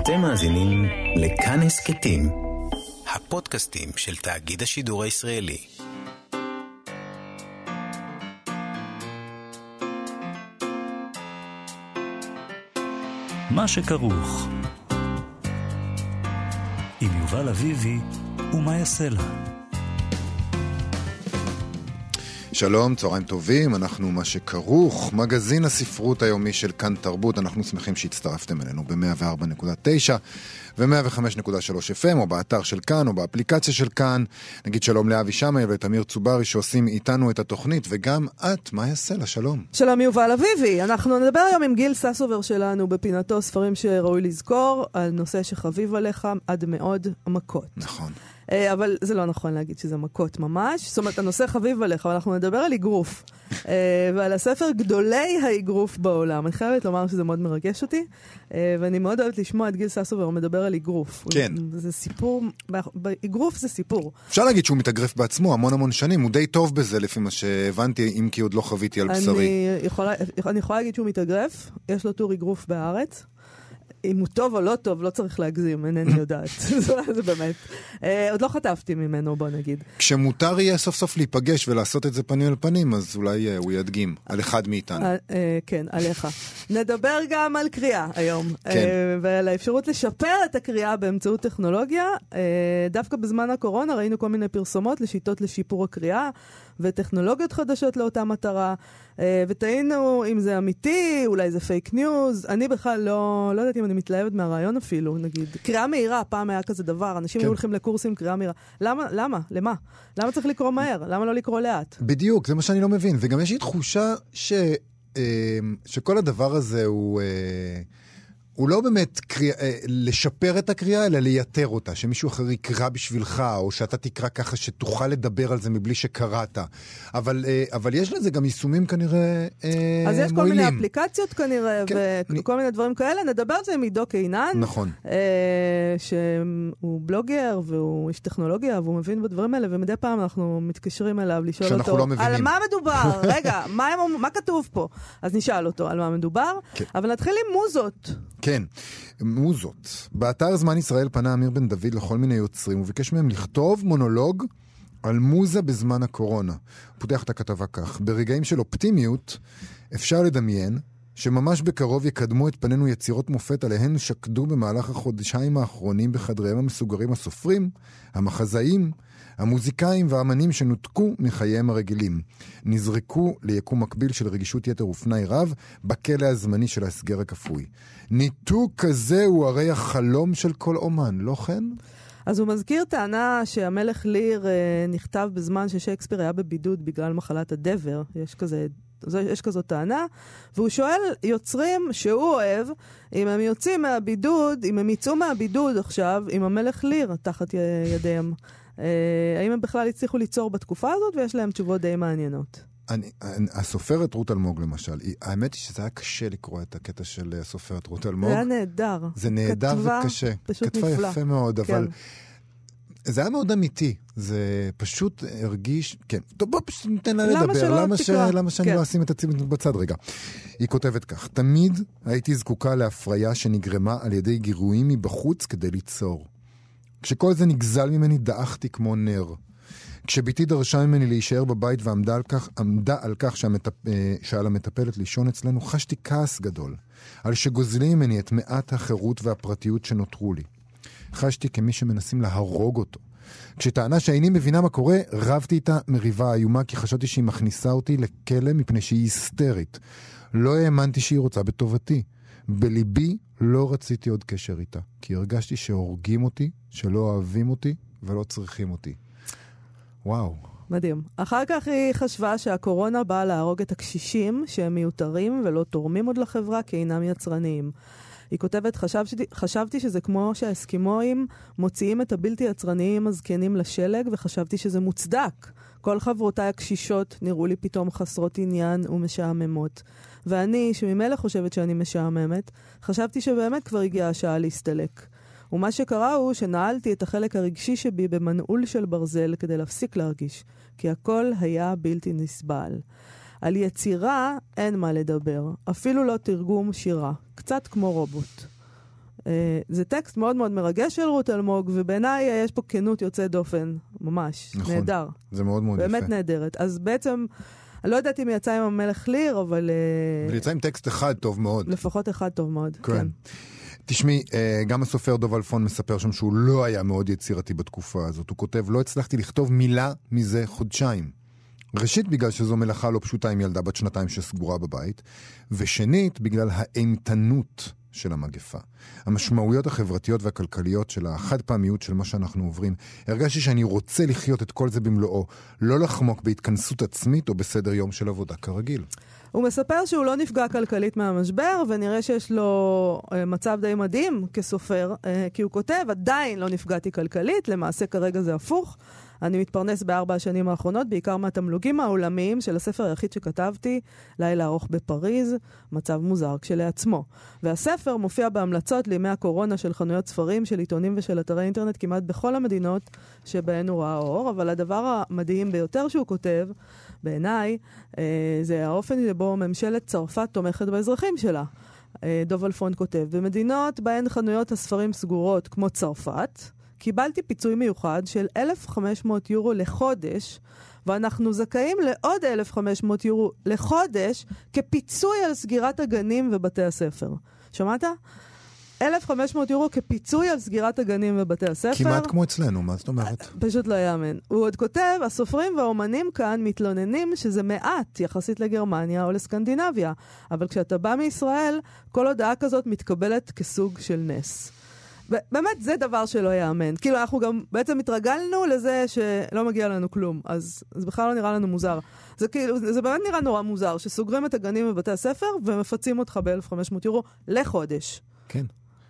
אתם מאזינים לכאן הסכתים, הפודקאסטים של תאגיד השידור הישראלי. מה שכרוך עם יובל אביבי ומה יעשה לה. שלום, צהריים טובים, אנחנו מה שכרוך, מגזין הספרות היומי של כאן תרבות. אנחנו שמחים שהצטרפתם אלינו ב-104.9 ו-105.3 FM, או באתר של כאן, או באפליקציה של כאן. נגיד שלום לאבי שמאי ותמיר צוברי שעושים איתנו את התוכנית, וגם את, מה יעשה לה? שלום. שלום יובל אביבי, אנחנו נדבר היום עם גיל ססובר שלנו בפינתו ספרים שראוי לזכור, על נושא שחביב עליך עד מאוד, המכות. נכון. אבל זה לא נכון להגיד שזה מכות ממש. זאת אומרת, הנושא חביב עליך, אבל אנחנו נדבר על איגרוף. ועל הספר גדולי האיגרוף בעולם. אני חייבת לומר שזה מאוד מרגש אותי, ואני מאוד אוהבת לשמוע את גיל ססובר, הוא מדבר על איגרוף. כן. זה סיפור, איגרוף זה סיפור. אפשר להגיד שהוא מתאגרף בעצמו המון שנים, הוא די טוב בזה לפי מה שהבנתי, אם כי עוד לא חוויתי על בשרי. אני יכולה להגיד שהוא מתאגרף, יש לו טור איגרוף בארץ. אם הוא טוב או לא טוב, לא צריך להגזים, אינני יודעת. זה באמת. עוד לא חטפתי ממנו, בוא נגיד. כשמותר יהיה סוף סוף להיפגש ולעשות את זה פנים אל פנים, אז אולי הוא ידגים על אחד מאיתנו. כן, עליך. נדבר גם על קריאה היום. ועל האפשרות לשפר את הקריאה באמצעות טכנולוגיה. דווקא בזמן הקורונה ראינו כל מיני פרסומות לשיטות לשיפור הקריאה, וטכנולוגיות חדשות לאותה מטרה. ותהינו אם זה אמיתי, אולי זה פייק ניוז. אני בכלל לא יודעת אם אני מתלהבת מהרעיון אפילו, נגיד. קריאה מהירה, פעם היה כזה דבר, אנשים היו הולכים לקורסים קריאה מהירה. למה? למה? למה צריך לקרוא מהר? למה לא לקרוא לאט? בדיוק, זה מה שאני לא מבין. וגם יש לי תחושה שכל הדבר הזה הוא לא באמת לשפר את הקריאה, אלא לייתר אותה, שמישהו אחר יקרא בשבילך, או שאתה תקרא ככה שתוכל לדבר על זה מבלי שקראת. אבל יש לזה גם יישומים כנראה מועילים. אז יש כל מיני אפליקציות כנראה, וכל מיני דברים כאלה. נדבר על זה עם עידו קינן, נכון. שהוא בלוגר, והוא איש טכנולוגיה, והוא מבין בדברים האלה, ומדי פעם אנחנו מתקשרים אליו לשאול אותו, לא על מה מדובר? רגע, מה כתוב פה? אז נשאל אותו על מה מדובר, אבל נתחיל עם מוזות. כן, מוזות. באתר זמן ישראל פנה אמיר בן דוד לכל מיני יוצרים, וביקש מהם לכתוב מונולוג על מוזה בזמן הקורונה. הוא פותח את הכתבה כך: ברגעים של אופטימיות אפשר לדמיין שממש בקרוב יקדמו את פנינו יצירות מופת עליהן שקדו במהלך החודשיים האחרונים בחדריהם המסוגרים הסופרים, המחזאים, המוזיקאים והאמנים שנותקו מחייהם הרגילים. נזרקו ליקום מקביל של רגישות יתר ופנאי רב בכלא הזמני של ההסגר הכפוי. ניתוק כזה הוא הרי החלום של כל אומן, לא כן? אז הוא מזכיר טענה שהמלך ליר נכתב בזמן ששייקספיר היה בבידוד בגלל מחלת הדבר. יש כזאת טענה, והוא שואל יוצרים שהוא אוהב, אם הם יוצאים מהבידוד, אם הם יצאו מהבידוד עכשיו, עם המלך ליר תחת ידיהם. האם הם בכלל הצליחו ליצור בתקופה הזאת, ויש להם תשובות די מעניינות. הסופרת רות אלמוג למשל, האמת היא שזה היה קשה לקרוא את הקטע של הסופרת רות אלמוג. זה היה נהדר. זה נהדר וקשה. כתבה יפה מאוד, אבל זה היה מאוד אמיתי. זה פשוט הרגיש, כן. טוב, בוא פשוט ניתן לה לדבר. למה שאני לא אשים את הציבור בצד רגע? היא כותבת כך: תמיד הייתי זקוקה להפריה שנגרמה על ידי גירויים מבחוץ כדי ליצור. כשכל זה נגזל ממני דאחתי כמו נר. כשביתי דרשה ממני להישאר בבית ועמדה על כך שעל המטפלת לישון אצלנו, חשתי כעס גדול, על שגוזלים ממני את מעט החירות והפרטיות שנותרו לי. חשתי כמי שמנסים להרוג אותו. כשטענה שאיני מבינה מה קורה, רבתי איתה מריבה איומה, כי חשבתי שהיא מכניסה אותי לכלא מפני שהיא היסטרית. לא האמנתי שהיא רוצה בטובתי. בליבי לא רציתי עוד קשר איתה, כי הרגשתי שהורגים אותי, שלא אוהבים אותי ולא צריכים אותי. וואו. מדהים. אחר כך היא חשבה שהקורונה באה להרוג את הקשישים שהם מיותרים ולא תורמים עוד לחברה כי אינם יצרניים. היא כותבת, חשבתי שזה כמו שהאסקימואים מוציאים את הבלתי יצרניים הזקנים לשלג, וחשבתי שזה מוצדק. כל חברותיי הקשישות נראו לי פתאום חסרות עניין ומשעממות. ואני, שממילא חושבת שאני משעממת, חשבתי שבאמת כבר הגיעה השעה להסתלק. ומה שקרה הוא שנעלתי את החלק הרגשי שבי במנעול של ברזל כדי להפסיק להרגיש, כי הכל היה בלתי נסבל. על יצירה אין מה לדבר, אפילו לא תרגום שירה, קצת כמו רובוט. זה טקסט מאוד מאוד מרגש של רות אלמוג, ובעיניי יש פה כנות יוצאת דופן, ממש. נכון. נהדר. זה מאוד מאוד יפה. באמת נהדרת. אז בעצם, אני לא יודעת אם היא יצאה עם המלך ליר, אבל... אבל יצאה עם טקסט אחד טוב מאוד. לפחות אחד טוב מאוד, כן. תשמעי, גם הסופר דוב אלפון מספר שם שהוא לא היה מאוד יצירתי בתקופה הזאת. הוא כותב, לא הצלחתי לכתוב מילה מזה חודשיים. ראשית, בגלל שזו מלאכה לא פשוטה עם ילדה בת 2 שסגורה בבית, ושנית, בגלל האימתנות של המגפה. המשמעויות החברתיות והכלכליות של החד פעמיות של מה שאנחנו עוברים. הרגשתי שאני רוצה לחיות את כל זה במלואו, לא לחמוק בהתכנסות עצמית או בסדר יום של עבודה כרגיל. הוא מספר שהוא לא נפגע כלכלית מהמשבר, ונראה שיש לו מצב די מדהים כסופר, כי הוא כותב, עדיין לא נפגעתי כלכלית, למעשה כרגע זה הפוך. אני מתפרנס ב4 השנים האחרונות, בעיקר מהתמלוגים העולמיים של הספר היחיד שכתבתי, לילה ארוך בפריז, מצב מוזר כשלעצמו. והספר מופיע בהמלצות לימי הקורונה של חנויות ספרים, של עיתונים ושל אתרי אינטרנט כמעט בכל המדינות שבהן הוא ראה אור, אבל הדבר המדהים ביותר שהוא כותב, בעיניי, זה האופן שבו ממשלת צרפת תומכת באזרחים שלה. דוב אלפון כותב, במדינות בהן חנויות הספרים סגורות כמו צרפת, קיבלתי פיצוי מיוחד של 1,500 יורו לחודש, ואנחנו זכאים לעוד 1,500 יורו לחודש כפיצוי על סגירת הגנים ובתי הספר. שמעת? 1,500 יורו כפיצוי על סגירת הגנים ובתי הספר. כמעט כמו אצלנו, מה זאת אומרת? פשוט לא יאמן. הוא עוד כותב, הסופרים והאומנים כאן מתלוננים שזה מעט יחסית לגרמניה או לסקנדינביה, אבל כשאתה בא מישראל, כל הודעה כזאת מתקבלת כסוג של נס. באמת, זה דבר שלא יאמן. כאילו, אנחנו גם בעצם התרגלנו לזה שלא מגיע לנו כלום, אז בכלל לא נראה לנו מוזר. זה כאילו, זה באמת נראה נורא מוזר, שסוגרים את הגנים בבתי הספר ומפצים אותך ב-1,500 יורו לחודש. כן.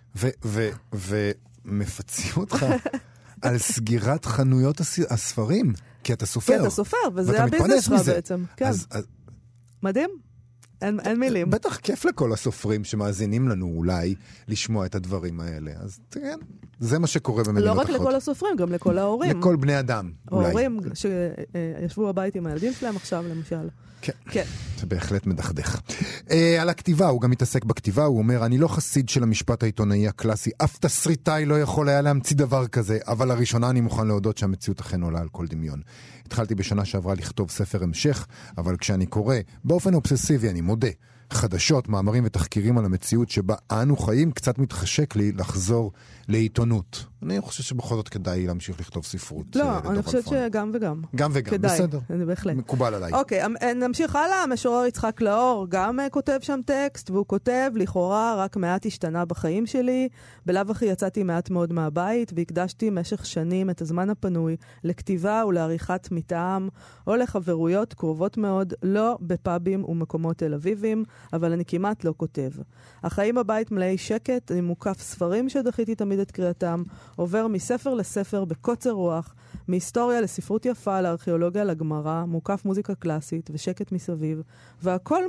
ומפצים אותך על סגירת חנויות הספרים, כי אתה סופר. כי אתה סופר, וזה הביזנס שלך בעצם. כן. מדהים. אין מילים. בטח כיף לכל הסופרים שמאזינים לנו אולי לשמוע את הדברים האלה. אז כן, זה מה שקורה במדינות אחרות. לא רק לכל הסופרים, גם לכל ההורים. לכל בני אדם, אולי. ההורים שישבו בבית עם הילדים שלהם עכשיו, למשל. כן, כן. זה בהחלט מדכדך. על הכתיבה, הוא גם מתעסק בכתיבה, הוא אומר, אני לא חסיד של המשפט העיתונאי הקלאסי, אף תסריטאי לא יכול היה להמציא דבר כזה, אבל לראשונה אני מוכן להודות שהמציאות אכן עולה על כל דמיון. התחלתי בשנה שעברה לכתוב ספר המשך, אבל כשאני קורא, באופן אובססיבי, אני מודה, חדשות, מאמרים ותחקירים על המציאות שבה אנו חיים, קצת מתחשק לי לחזור לעיתונות. אני חושב שבכל זאת כדאי להמשיך לכתוב ספרות. לא, אני חושבת שגם וגם. גם וגם, בסדר. בהחלט. מקובל עליי. אוקיי, נמשיך הלאה. המשורר יצחק לאור גם כותב שם טקסט, והוא כותב, לכאורה רק מעט השתנה בחיים שלי. בלאו הכי יצאתי מעט מאוד מהבית, והקדשתי משך שנים את הזמן הפנוי לכתיבה ולעריכת מטעם, או לחברויות קרובות מאוד, לא בפאבים ומקומות תל אביבים, אבל אני כמעט לא כותב. החיים בבית מלאי שקט, אני מוקף ספרים שדחיתי תמיד את קריאתם, עובר מספר לספר בקוצר רוח, מהיסטוריה לספרות יפה, לארכיאולוגיה, לגמרא, מוקף מוזיקה קלאסית ושקט מסביב, והכל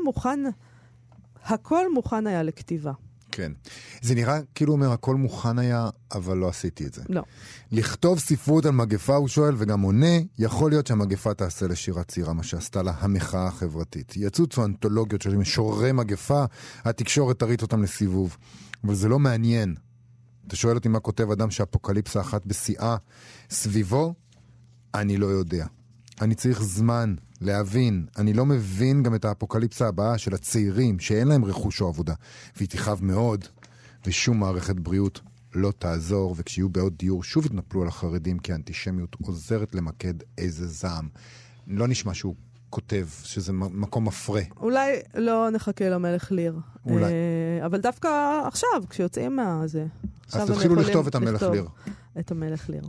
מוכן היה לכתיבה. כן. זה נראה כאילו אומר, הכל מוכן היה, אבל לא עשיתי את זה. לא. לכתוב ספרות על מגפה, הוא שואל, וגם עונה, יכול להיות שהמגפה תעשה לשירה צעירה, מה שעשתה לה המחאה החברתית. יצוצו אנתולוגיות של משוררי מגפה, התקשורת תריץ אותם לסיבוב. אבל זה לא מעניין. אתה שואל אותי מה כותב אדם שהאפוקליפסה אחת בשיאה סביבו? אני לא יודע. אני צריך זמן להבין. אני לא מבין גם את האפוקליפסה הבאה של הצעירים שאין להם רכוש או עבודה. והיא תכאב מאוד, ושום מערכת בריאות לא תעזור, וכשיהיו בעוד דיור שוב יתנפלו על החרדים, כי האנטישמיות עוזרת למקד איזה זעם. לא נשמע שהוא כותב שזה מקום מפרה. אולי לא נחכה למלך ליר. אולי. אבל דווקא עכשיו, כשיוצאים מהזה. אז תתחילו לכתוב את המלך ליר. את המלך ליר.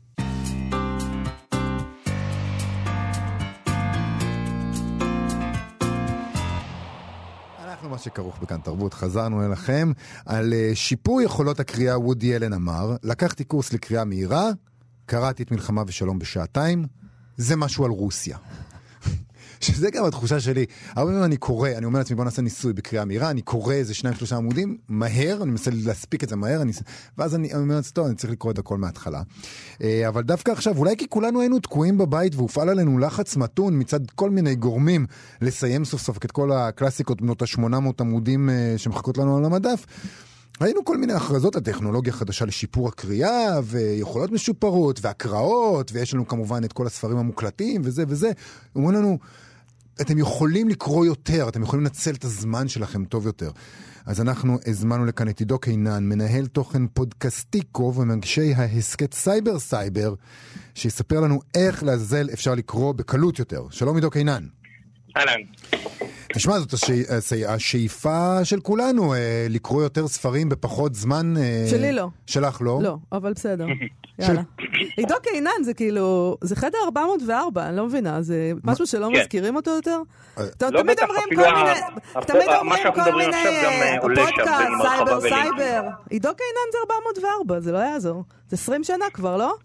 מה שכרוך בכאן תרבות, חזרנו אליכם על שיפור יכולות הקריאה. וודי אלן אמר, לקחתי קורס לקריאה מהירה, קראתי את מלחמה ושלום בשעתיים, זה משהו על רוסיה. שזה גם התחושה שלי. הרבה פעמים אני קורא, אני אומר לעצמי, בוא נעשה ניסוי בקריאה מהירה, אני קורא איזה 2-3 עמודים, מהר, אני מנסה להספיק את זה מהר, ואז אני אומר לעצמי, טוב, אני צריך לקרוא את הכל מההתחלה. אבל דווקא עכשיו, אולי כי כולנו היינו תקועים בבית, והופעל עלינו לחץ מתון מצד כל מיני גורמים, לסיים סוף סוף את כל הקלאסיקות בנות ה-800 עמודים שמחכות לנו על המדף, ראינו כל מיני הכרזות על טכנולוגיה חדשה לשיפור הקריאה, ויכולות משופרות, והקראות, ויש לנו כמובן את כל הספרים המוקלטים, וזה וזה. אומרים לנו, אתם יכולים לקרוא יותר, אתם יכולים לנצל את הזמן שלכם טוב יותר. אז אנחנו הזמנו לכאן את עידו קינן, מנהל תוכן פודקאסטיקו ומגשי ההסקט סייבר, שיספר לנו איך לעזל אפשר לקרוא בקלות יותר. שלום עידו קינן. אהלן. תשמע, זאת השאיפה של כולנו, לקרוא יותר ספרים בפחות זמן. שלי לא. שלך לא? לא, אבל בסדר. יאללה. עידו קינן זה כאילו, זה חדר 404, אני לא מבינה, זה משהו שלא מזכירים אותו יותר? תמיד אומרים כל מיני פודקאסט, סייבר. עידו קינן זה 404, זה לא יעזור. זה 20 שנה כבר, לא?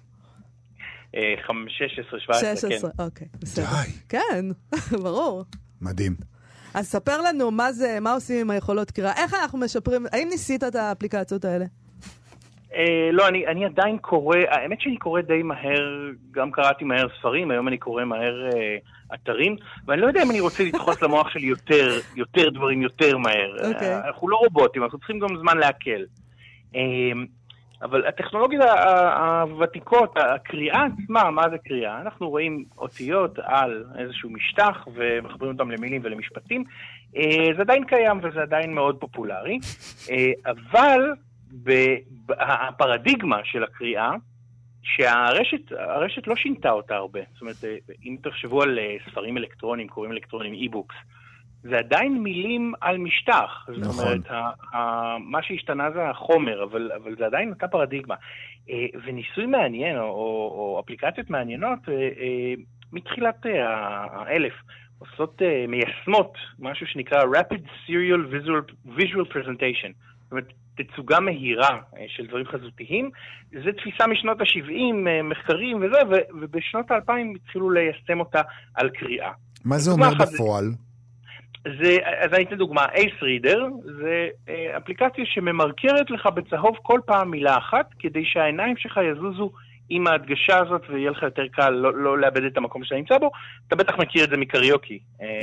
16, 17, 16, אוקיי, בסדר. כן, ברור. מדהים. אז ספר לנו מה עושים עם היכולות קריאה, איך אנחנו משפרים, האם ניסית את האפליקציות האלה? לא, אני עדיין קורא, האמת שאני קורא די מהר, גם קראתי מהר ספרים, היום אני קורא מהר אתרים, ואני לא יודע אם אני רוצה לדחוס למוח שלי יותר דברים יותר מהר. אנחנו לא רובוטים, אנחנו צריכים גם זמן להקל. אבל הטכנולוגיות הוותיקות, הקריאה עצמה, מה זה קריאה? אנחנו רואים אותיות על איזשהו משטח ומחברים אותם למילים ולמשפטים. זה עדיין קיים וזה עדיין מאוד פופולרי, אבל הפרדיגמה של הקריאה, שהרשת לא שינתה אותה הרבה. זאת אומרת, אם תחשבו על ספרים אלקטרונים, קוראים אלקטרונים אי-בוקס, זה עדיין מילים על משטח. זאת אומרת, מה שהשתנה זה החומר, אבל זה עדיין אותה פרדיגמה. וניסוי מעניין, או אפליקציות מעניינות, מתחילת האלף, עושות, מיישמות משהו שנקרא Rapid Serial Visual Presentation. זאת אומרת, תצוגה מהירה של דברים חזותיים. זה תפיסה משנות ה-70, מחקרים וזה, ובשנות ה-2000 התחילו ליישם אותה על קריאה. מה זה אומר בפועל? אז אני אתן דוגמה, Ace Reader זה אפליקציה שממרקרת לך בצהוב כל פעם מילה אחת, כדי שהעיניים שלך יזוזו עם ההדגשה הזאת, ויהיה לך יותר קל לא לאבד את המקום שאתה נמצא בו. אתה בטח מכיר את זה מקריוקי.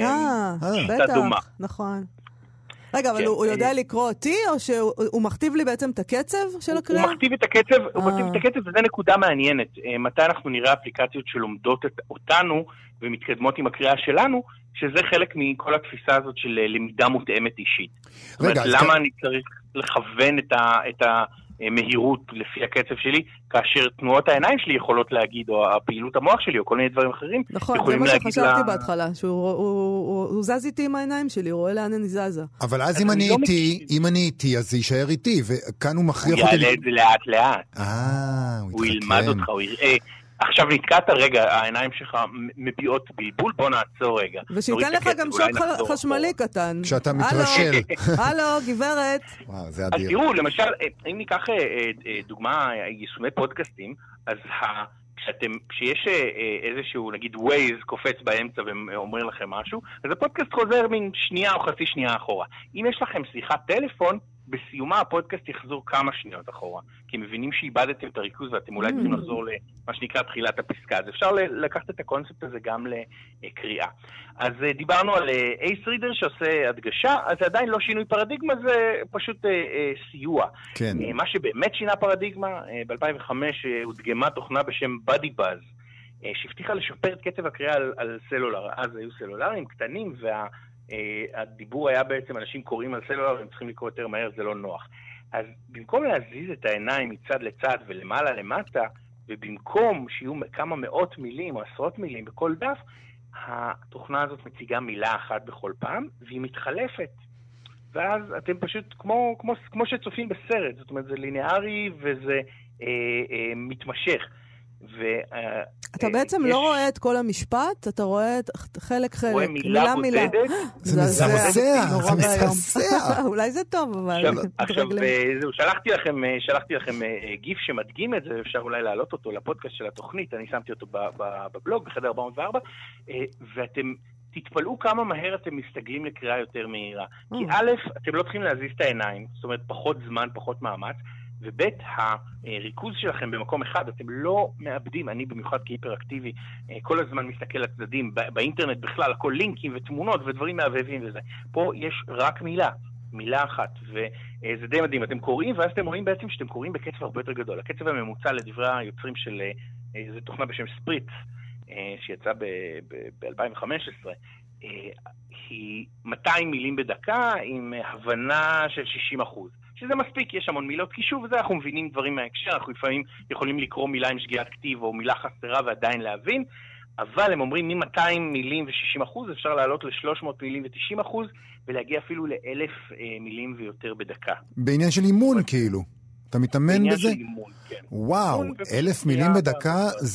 בטח, נכון. רגע, אבל הוא יודע לקרוא אותי, או שהוא מכתיב לי בעצם את הקצב של הקריאה? הוא מכתיב את הקצב, וזה נקודה מעניינת. מתי אנחנו נראה אפליקציות שלומדות אותנו, ומתקדמות עם הקריאה שלנו, שזה חלק מכל התפיסה הזאת של למידה מותאמת אישית. רגע, למה אני צריך לכוון את המהירות לפי הקצב שלי, כאשר תנועות העיניים שלי יכולות להגיד, או הפעילות המוח שלי, או כל מיני דברים אחרים, נכון, זה מה שחשבתי בהתחלה, שהוא זז איתי עם העיניים שלי, הוא רואה לאן אני זזה. אבל אז אם אני איתי, אז זה יישאר איתי, וכאן הוא מכריח אותי... הוא יעלה את זה לאט לאט. הוא ילמד אותך, הוא יראה... עכשיו נתקעת רגע, העיניים שלך מביעות בלבול, בוא נעצור רגע. ושייתן לך גם שוק חשמלי קטן. כשאתה מתרשל. הלו, גברת. וואו, זה אדיר. אז תראו, למשל, אם ניקח דוגמה, יישומי פודקאסטים, אז כשיש איזשהו, נגיד, ווייז קופץ באמצע ואומר לכם משהו, אז הפודקאסט חוזר מן שנייה או חצי שנייה אחורה. אם יש לכם שיחת טלפון, בסיומה הפודקאסט יחזור כמה שניות אחורה, כי מבינים שאיבדתם את הריכוז ואתם אולי צריכים לחזור למה שנקרא תחילת הפסקה. אז אפשר לקחת את הקונספט הזה גם לקריאה. אז דיברנו על Ace Reader שעושה הדגשה, אז זה עדיין לא שינוי פרדיגמה, זה פשוט סיוע. כן. מה שבאמת שינה פרדיגמה, ב-2005 הודגמה תוכנה בשם BuddyBuzz, שהבטיחה לשפר את קצב הקריאה על סלולר. אז היו סלולרים קטנים הדיבור היה בעצם, אנשים קוראים על סלולר, הם צריכים לקרוא יותר מהר, זה לא נוח. אז במקום להזיז את העיניים מצד לצד ולמעלה למטה, ובמקום שיהיו כמה מאות מילים או עשרות מילים בכל דף, התוכנה הזאת מציגה מילה אחת בכל פעם, והיא מתחלפת. ואז אתם פשוט כמו שצופים בסרט, זאת אומרת, זה ליניארי וזה מתמשך. אתה בעצם לא רואה את כל המשפט, אתה רואה חלק, מילה בודדת. זה מזעזע. אולי זה טוב, אבל... עכשיו, שלחתי לכם גיף שמדגים את זה, אפשר אולי להעלות אותו לפודקאסט של התוכנית, אני שמתי אותו בבלוג, בחדר 404, ואתם תתפלאו כמה מהר אתם מסתגלים לקריאה יותר מהירה. כי א', אתם לא צריכים להזיז את העיניים, זאת אומרת, פחות זמן, פחות מאמץ, ובית הריכוז שלכם במקום אחד, אתם לא מאבדים, אני במיוחד כהיפראקטיבי, כל הזמן מסתכל לצדדים, באינטרנט בכלל, הכל לינקים ותמונות ודברים מעבבים וזה. פה יש רק מילה, מילה אחת, וזה די מדהים. אתם קוראים, ואז אתם רואים בעצם שאתם קוראים בקצב הרבה יותר גדול. הקצב הממוצע לדברי היוצרים של איזו תוכנה בשם ספריץ, שיצא ב-2015, היא 200 מילים בדקה עם הבנה של 60%. שזה מספיק, יש המון מילות, כי שוב, אנחנו מבינים דברים מההקשר, אנחנו לפעמים יכולים לקרוא מילה עם שגיאת כתיב או מילה חסרה ועדיין להבין, אבל הם אומרים מ-200 מילים ו-60% אפשר לעלות ל-300 מילים ו-90% ולהגיע אפילו ל-1,000 מילים ויותר בדקה. בעניין של אימון כאילו. אתה מתאמן בזה? בעניין של אימון, כן. וואו, 1,000 מילים בדקה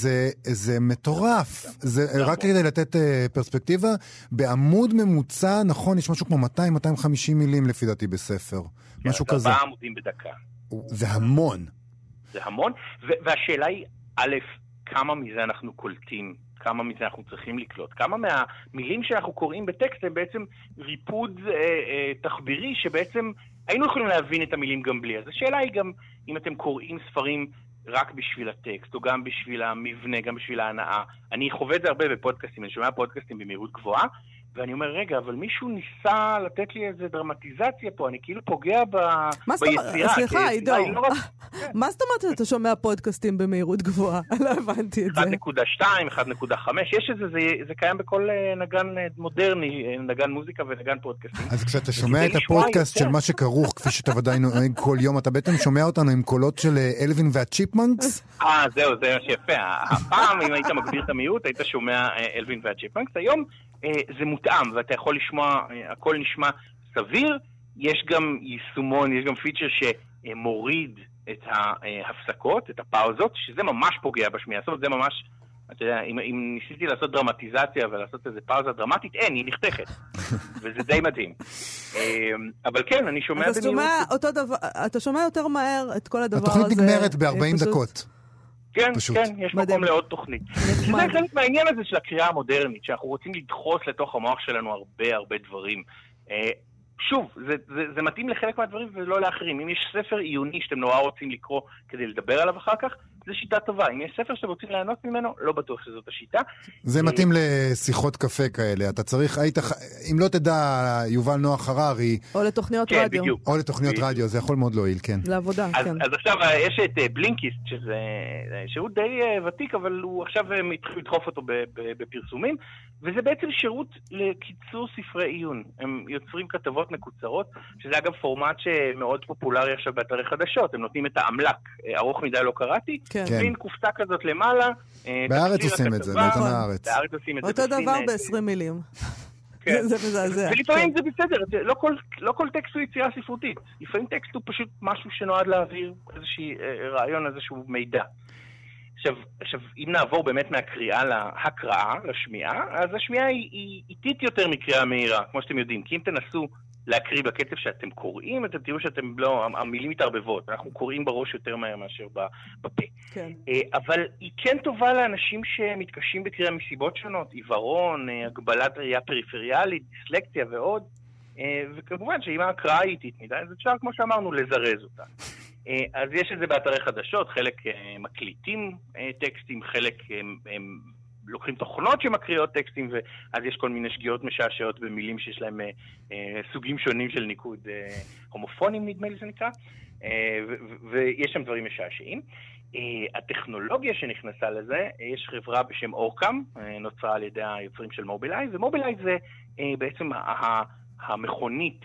זה מטורף. זה רק כדי לתת פרספקטיבה, בעמוד ממוצע, נכון, יש משהו כמו 200-250 מילים לפי דעתי בספר. משהו כזה. 4 עמודים בדקה. זה המון. זה המון, והשאלה היא, א', כמה מזה אנחנו קולטים, כמה מזה אנחנו צריכים לקלוט, כמה מהמילים שאנחנו קוראים בטקסט הם בעצם ריפוד תחבירי שבעצם היינו יכולים להבין את המילים גם בלי. אז השאלה היא גם אם אתם קוראים ספרים רק בשביל הטקסט, או גם בשביל המבנה, גם בשביל ההנאה. אני חווה את זה הרבה בפודקאסטים, אני שומע פודקאסטים במהירות גבוהה, ואני אומר, רגע, אבל מישהו ניסה לתת לי איזו דרמטיזציה פה, אני כאילו פוגע ביצירה. סליחה, עידו, מה זאת אומרת אתה שומע פודקאסטים במהירות גבוהה? לא הבנתי את זה. 1.2, 1.5, יש את זה, זה קיים בכל נגן מודרני, נגן מוזיקה ונגן פודקאסטים. אז כשאתה שומע את הפודקאסט של מה שכרוך, כפי שאתה ודאי נוהג כל יום, אתה בעצם שומע אותנו עם קולות של אלווין והצ'יפמנקס? זהו, זה מה שיפה. הפעם, אם היית מגביר את המיעוט, היית שומע אלווין והצ'יפמנקס. היום זה מותאם, ואתה יכול לשמוע, הכל נשמע סביר. יש גם יישומון, יש גם פיצ'ר שמוריד את ההפסקות, את הפאוזות, שזה ממש פוגע בשמיעה. זאת אומרת, זה ממש, אתה יודע, אם ניסיתי לעשות דרמטיזציה ולעשות איזה פאוזה דרמטית, אין, היא נחתכת. וזה די מדהים. אבל כן, אני שומע אתה שומע יותר מהר את כל הדבר הזה. התוכנית נגמרת ב-40 דקות. כן, כן, יש מקום לעוד תוכנית. זה חלק מהעניין הזה של הקריאה המודרנית, שאנחנו רוצים לדחוס לתוך המוח שלנו הרבה הרבה דברים. שוב, זה מתאים לחלק מהדברים ולא לאחרים. אם יש ספר עיוני שאתם נורא רוצים לקרוא כדי לדבר עליו אחר כך, זה שיטה טובה. אם יש ספר שאתם רוצים לענות ממנו, לא בטוח שזאת השיטה. זה מתאים לשיחות קפה כאלה. אתה צריך, אם לא תדע יובל נוח הררי... או לתוכניות רדיו. או לתוכניות רדיו, זה יכול מאוד להועיל, כן. לעבודה, כן. אז עכשיו יש את בלינקיסט, שזה שירות די ותיק, אבל הוא עכשיו מתחיל לדחוף אותו בפרסומים, וזה בעצם שירות לקיצור ספרי עיון. הם יוצרים כתבות מקוצרות, שזה אגב פורמט שמאוד פופולרי עכשיו באתרי חדשות. הם נותנים את העמלק, ארוך מדי לא קראתי, בין קופסה כזאת למעלה. בארץ עושים את זה, בעיתון הארץ. אותו דבר ב-20 מילים. זה מזעזע. ולפעמים זה בסדר, לא כל טקסט הוא יצירה ספרותית. לפעמים טקסט הוא פשוט משהו שנועד להעביר איזשהו רעיון, איזשהו מידע. עכשיו, אם נעבור באמת מהקריאה להקראה, לשמיעה, אז השמיעה היא איטית יותר מקריאה מהירה, כמו שאתם יודעים. כי אם תנסו להקריא בקצב שאתם קוראים, אתם תראו שאתם לא, המילים מתערבבות, אנחנו קוראים בראש יותר מהר מאשר בפה. כן. אבל היא כן טובה לאנשים שמתקשים בקריאה מסיבות שונות, עיוורון, הגבלת ראייה פריפריאלית, דיסלקציה ועוד, וכמובן שאם ההקראה היא איטית מדי, אז אפשר, כמו שאמרנו, לזרז אותה. אז יש את זה באתרי חדשות, חלק מקליטים טקסטים, חלק הם לוקחים תוכנות שמקריאות טקסטים, ואז יש כל מיני שגיאות משעשעות במילים שיש להם סוגים שונים של ניקוד, הומופונים נדמה לי זה נקרא, ויש שם דברים משעשעים. הטכנולוגיה שנכנסה לזה, יש חברה בשם אורקאם, נוצרה על ידי היוצרים של מובילאיי, ומובילאיי זה בעצם המכונית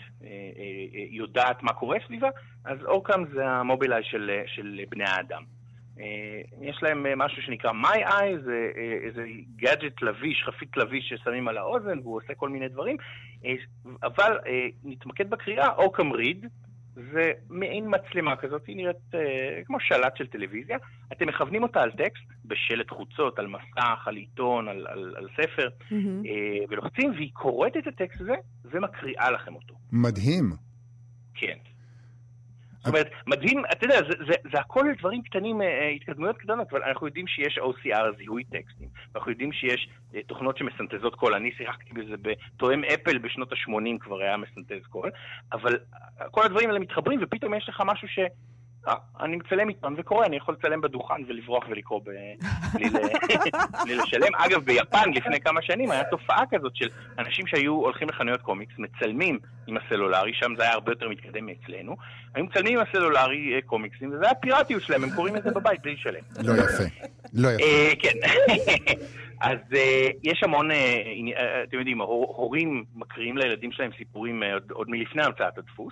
יודעת מה קורה סביבה, אז אורקאם זה המובילאיי של בני האדם. יש להם משהו שנקרא My Eye, זה איזה גאדג'ט לביש, חפיץ לביש ששמים על האוזן, והוא עושה כל מיני דברים, אבל נתמקד בקריאה, אורקאם ריד, זה מעין מצלמה כזאת, היא נראית כמו שלט של טלוויזיה, אתם מכוונים אותה על טקסט, בשלט חוצות, על מסך, על עיתון, על ספר, ולוחצים, והיא קוראת את הטקסט הזה, ומקריאה לכם אותו. מדהים. כן. זאת אומרת, מדהים, אתה יודע, זה הכל דברים קטנים, התקדמויות קטנות, אבל אנחנו יודעים שיש OCR, זיהוי טקסטים, ואנחנו יודעים שיש תוכנות שמסנטזות קול, אני שיחקתי בזה בתואם אפל בשנות ה-80 כבר היה מסנטז קול, אבל כל הדברים האלה מתחברים, ופתאום יש לך משהו אני מצלם עיתון וקורא, אני יכול לצלם בדוכן ולברוח ולקרוא בלי לשלם. אגב, ביפן לפני כמה שנים היה תופעה כזאת של אנשים שהיו הולכים לחנויות קומיקס, מצלמים עם הסלולרי, שם זה היה הרבה יותר מתקדם מאצלנו, היו מצלמים עם הסלולרי קומיקסים, וזה היה פיראטיות שלהם, הם קוראים את זה בבית בלי לשלם. לא יפה, לא יפה. כן. אז יש המון, אתם יודעים, הורים מקריאים לילדים שלהם סיפורים עוד מלפני המצאת הדפוס,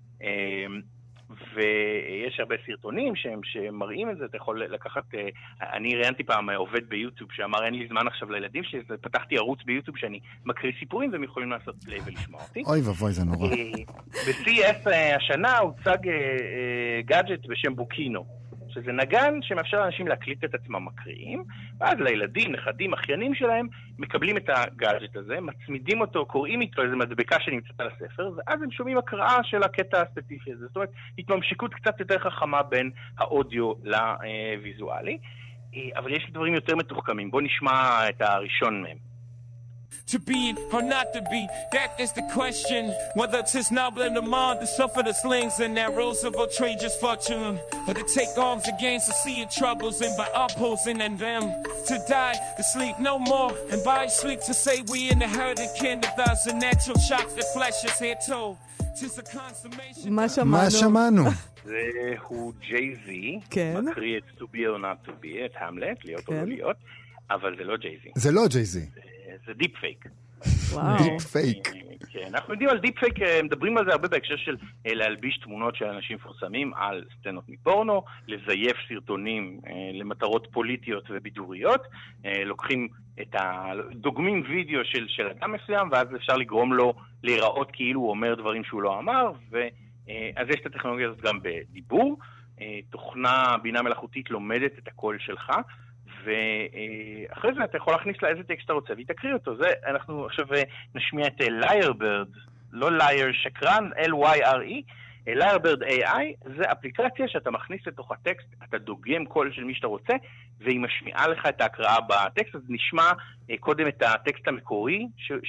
ויש הרבה סרטונים שמראים את זה. אתה יכול לקחת, אני ראיינתי פעם עובד ביוטיוב שאמר אין לי זמן עכשיו לילדים שלי, אז פתחתי ערוץ ביוטיוב שאני מקריא סיפורים והם יכולים לעשות פליי ולשמוע אותי. אוי ובוי, זה נורא. ב-CES השנה הוצג גאדג'ט בשם בוקינו, שזה נגן שמאפשר לאנשים להקליט את עצמם מקריאים, ואז לילדים, נכדים, אחיינים שלהם, מקבלים את הגאדג'ט הזה, מצמידים אותו, קוראים איתו איזו מדבקה שנמצאת על הספר, ואז הם שומעים הקראה של הקטע הספציפי הזה. זאת אומרת, התממשקות קצת יותר חכמה בין האודיו לוויזואלי, אבל יש דברים יותר מתוחכמים. בואו נשמע את הראשון מהם. To be or not to be, that is the question. Whether it's his noble and the mind to suffer the slings and arrows of outrageous fortune, or to take arms against the sea of troubles and by opposing and them to die, to sleep no more, and by sleep to say we in the herd of kin of thousand natural shocks that flesh is here told. Tis a consummation. מה שמענו? הוא ג'יי-זי, מקריא את To be or not to be, את המלט, להיות או לא להיות, אבל זה לא ג'יי-זי. זה לא ג'יי-זי. זה דיפ פייק. דיפ פייק. כן, אנחנו יודעים על דיפ פייק, מדברים על זה הרבה בהקשר של להלביש תמונות של אנשים מפורסמים על סצנות מפורנו, לזייף סרטונים למטרות פוליטיות ובידוריות, לוקחים דוגמים וידאו של אדם מסוים, ואז אפשר לגרום לו להיראות כאילו הוא אומר דברים שהוא לא אמר, אז יש את הטכנולוגיה הזאת גם בדיבור, תוכנה בינה מלאכותית לומדת את הקול שלך, ואחרי זה אתה יכול להכניס לה איזה טקסט אתה רוצה, והיא תקריא אותו. זה, אנחנו עכשיו נשמיע את Lyrebird, לא לייר שקרן, L-Y-R-E, Lyrebird AI, זה אפליקציה שאתה מכניס לתוך הטקסט, אתה דוגם קול של מי שאתה רוצה, והיא משמיעה לך את ההקראה בטקסט, אז נשמע קודם את הטקסט המקורי,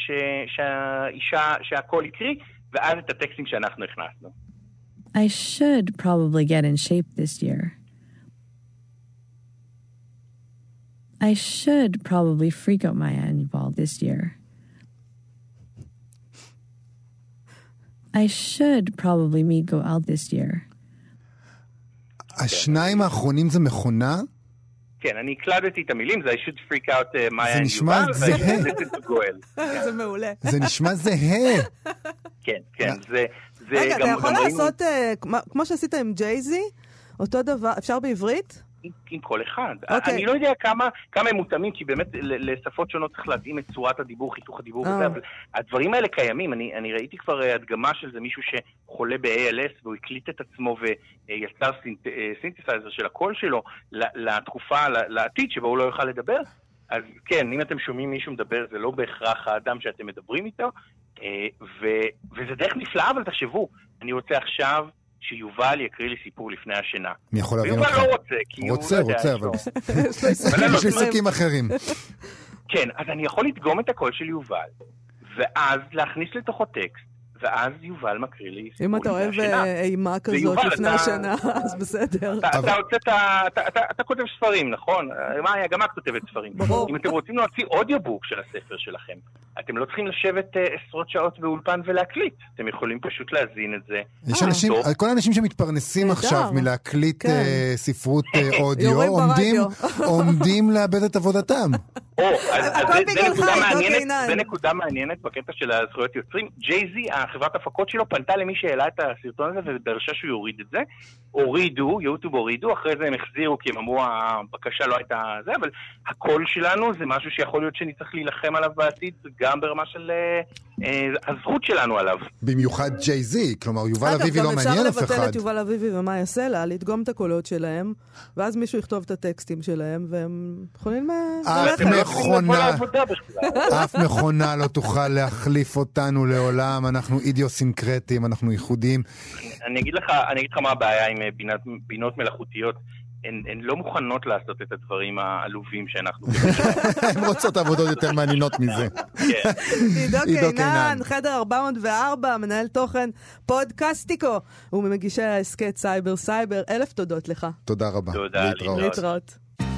שהקול יקריא, ואז את הטקסטים שאנחנו הכנסנו. I should probably get in shape this year. I should probably freak out my annual ball this year. I should probably meet go out this year. השניים האחרונים זה מכונה? כן, אני הקלדתי את המילים, זה I should freak out my זה נשמע זהה. זה מעולה. זה נשמע זהה. כן, כן, זה... רגע, אתה יכול לעשות, כמו שעשית עם ג'יי-זי, אותו דבר, אפשר בעברית? עם כל אחד. אני לא יודע כמה הם מותאמים, כי באמת לשפות שונות צריך להתאים את צורת הדיבור, חיתוך הדיבור וזה, אבל הדברים האלה קיימים. אני ראיתי כבר הדגמה של זה מישהו שחולה ב-ALS, והוא הקליט את עצמו ויצר סינתסייזר של הקול שלו לתקופה, לעתיד, שבו הוא לא יוכל לדבר. אז כן, אם אתם שומעים מישהו מדבר, זה לא בהכרח האדם שאתם מדברים איתו, וזה דרך נפלאה, אבל תחשבו, אני רוצה עכשיו שיובל יקריא לי סיפור לפני השינה. אני יכול להבין אותך. ויובל לא רוצה, כי רוצה, אבל יש לי עסקים אחרים. כן, אז אני יכול לדגום את הקול של יובל, ואז להכניס לתוכו טקסט, ואז יובל מקריא לי סיפור אם אתה אוהב אימה כזאת לפני השינה, אז בסדר. אתה כותב ספרים, נכון? גם את כותבת ספרים. אם אתם רוצים להוציא אודיובוק של הספר שלכם, אתם לא צריכים לשבת עשרות שעות באולפן ולהקליט. אתם יכולים פשוט להזין את זה. יש אנשים, כל האנשים שמתפרנסים עכשיו מלהקליט ספרות אודיו, עומדים לאבד את עבודתם. זה נקודה מעניינת בקטע של הזכויות יוצרים. ג'יי-זי, חברת הפקות שלו, פנתה למי שהעלה את הסרטון הזה ודרשה שהוא יוריד את זה. יוטיוב הורידו, אחרי זה הם החזירו כי הם אמרו הבקשה לא הייתה זה, אבל הקול שלנו זה משהו שיכול להיות שאני צריך להילחם עליו בעתיד, גם ברמה של הזכות שלנו עליו. במיוחד ג'יי-זי, כלומר יובל אביבי לא מעניין אף אחד. אפשר לבטל את יובל אביבי ומה יעשה לה, לדגום את הקולות שלהם, ואז מישהו יכתוב את הטקסטים שלהם, והם יכולים... אף מכונה לא תוכל להחליף אותנו לעולם, אנחנו אידיוסינקרטים, אנחנו ייחודים. אני אגיד לך מה הבעיה עם בינות מלאכותיות. הן לא מוכנות לעשות את הדברים העלובים שאנחנו... הן רוצות עבודות יותר מעניינות מזה. עידו קינן, חדר 404, מנהל תוכן פודקאסטיקו, וממגישי ההסקט סייבר סייבר. 1000 תודות לך. תודה רבה. תודה. להתראות.